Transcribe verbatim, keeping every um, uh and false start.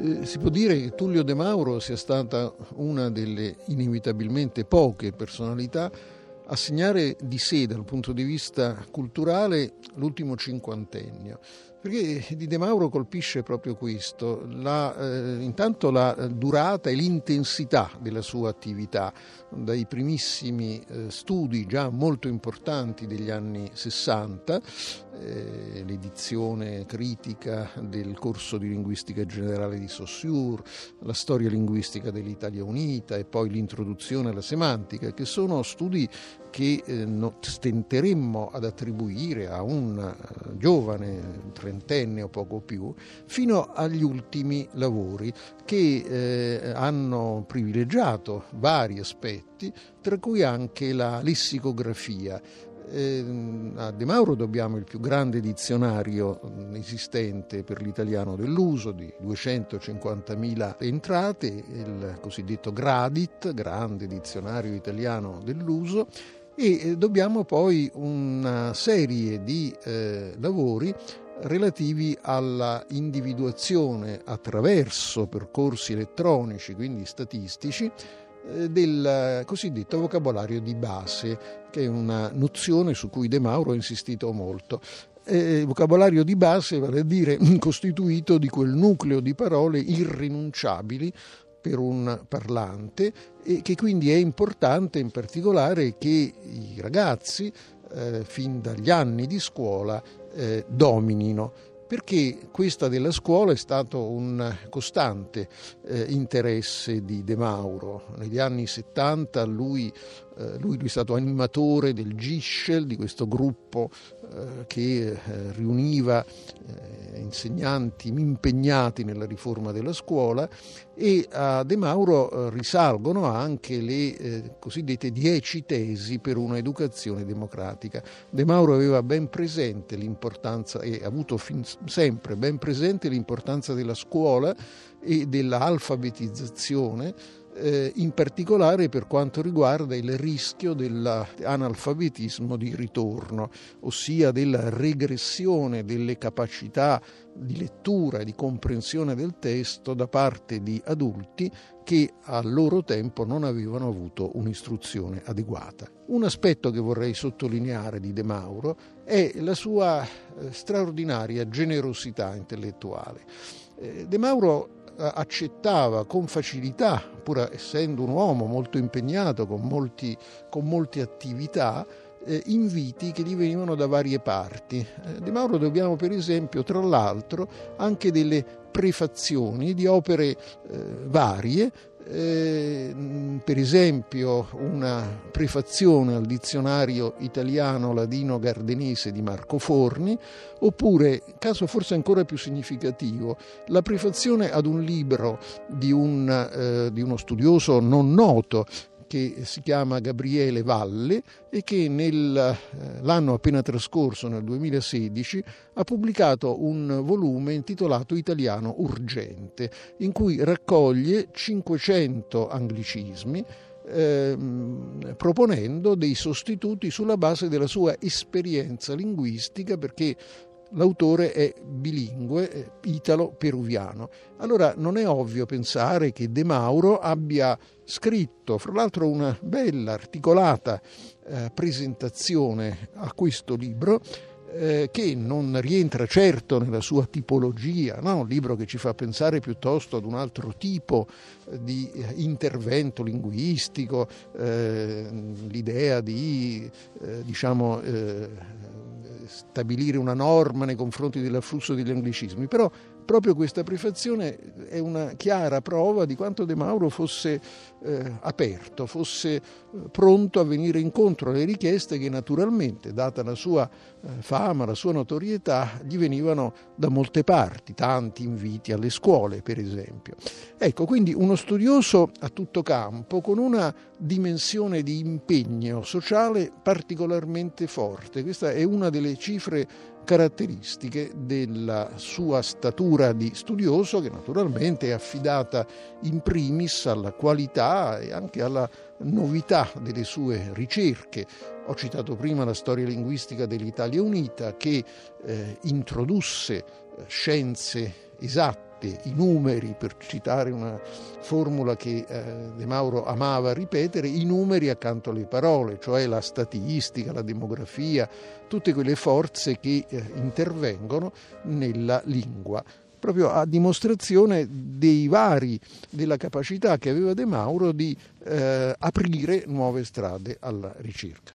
Eh, si può dire che Tullio De Mauro sia stata una delle inevitabilmente poche personalità a segnare di sé dal punto di vista culturale l'ultimo cinquantennio, perché di De Mauro colpisce proprio questo, la, eh, intanto la durata e l'intensità della sua attività, dai primissimi eh, studi già molto importanti degli anni sessanta, eh, l'edizione critica del corso di linguistica generale di Saussure, la storia linguistica dell'Italia Unita e poi l'introduzione alla semantica, che sono studi che eh, no, stenteremmo ad attribuire a un uh, giovane trentenne o poco più, fino agli ultimi lavori che eh, hanno privilegiato vari aspetti, tra cui anche la lessicografia. Eh, a De Mauro dobbiamo il più grande dizionario esistente per l'italiano dell'uso, di duecentocinquantamila entrate, il cosiddetto Gradit, grande dizionario italiano dell'uso, e dobbiamo poi una serie di eh, lavori relativi alla individuazione attraverso percorsi elettronici, quindi statistici, eh, del cosiddetto vocabolario di base, che è una nozione su cui De Mauro ha insistito molto. Eh, vocabolario di base vale a dire costituito di quel nucleo di parole irrinunciabili per un parlante, e che quindi è importante in particolare che i ragazzi eh, fin dagli anni di scuola eh, dominino, perché questa della scuola è stato un costante eh, interesse di De Mauro. Negli anni settanta lui, eh, lui è stato animatore del Gischel, di questo gruppo eh, che eh, riuniva eh, insegnanti impegnati nella riforma della scuola, e a De Mauro eh, risalgono anche le eh, cosiddette dieci tesi per una educazione democratica. De Mauro aveva ben presente l'importanza, e ha avuto fin sempre ben presente l'importanza della scuola e della alfabetizzazione, eh, in particolare per quanto riguarda il rischio dell'analfabetismo di ritorno, ossia della regressione delle capacità di lettura e di comprensione del testo da parte di adulti che a loro tempo non avevano avuto un'istruzione adeguata. Un aspetto che vorrei sottolineare di De Mauro è la sua eh, straordinaria generosità intellettuale. Eh, De Mauro eh, accettava con facilità, pur essendo un uomo molto impegnato, con, molti, con molte attività, Eh, inviti che gli venivano da varie parti. Eh, De Mauro dobbiamo per esempio, tra l'altro, anche delle prefazioni di opere eh, varie, eh, per esempio una prefazione al dizionario italiano-ladino gardenese di Marco Forni, oppure, caso forse ancora più significativo, la prefazione ad un libro di, un, eh, di uno studioso non noto, che si chiama Gabriele Valle, e che nell'anno appena trascorso, nel duemilasedici, ha pubblicato un volume intitolato Italiano Urgente, in cui raccoglie cinquecento anglicismi, eh, proponendo dei sostituti sulla base della sua esperienza linguistica, perché l'autore è bilingue, italo-peruviano. Allora non è ovvio pensare che De Mauro abbia scritto, fra l'altro, una bella articolata eh, presentazione a questo libro, eh, che non rientra certo nella sua tipologia, no? Un libro che ci fa pensare piuttosto ad un altro tipo di intervento linguistico, eh, l'idea di eh, diciamo eh, stabilire una norma nei confronti dell'afflusso degli anglicismi, però proprio questa prefazione è una chiara prova di quanto De Mauro fosse eh, aperto, fosse eh, pronto a venire incontro alle richieste che naturalmente, data la sua eh, fama, la sua notorietà, gli venivano da molte parti, tanti inviti alle scuole per esempio. Ecco, quindi uno studioso a tutto campo, con una dimensione di impegno sociale particolarmente forte. Questa è una delle cifre caratteristiche della sua statura di studioso, che naturalmente è affidata in primis alla qualità e anche alla novità delle sue ricerche. Ho citato prima la storia linguistica dell'Italia Unita, che eh, introdusse scienze esatte mette i numeri, per citare una formula che eh, De Mauro amava ripetere, i numeri accanto alle parole, cioè la statistica, la demografia, tutte quelle forze che eh, intervengono nella lingua, proprio a dimostrazione dei vari, della capacità che aveva De Mauro di eh, aprire nuove strade alla ricerca.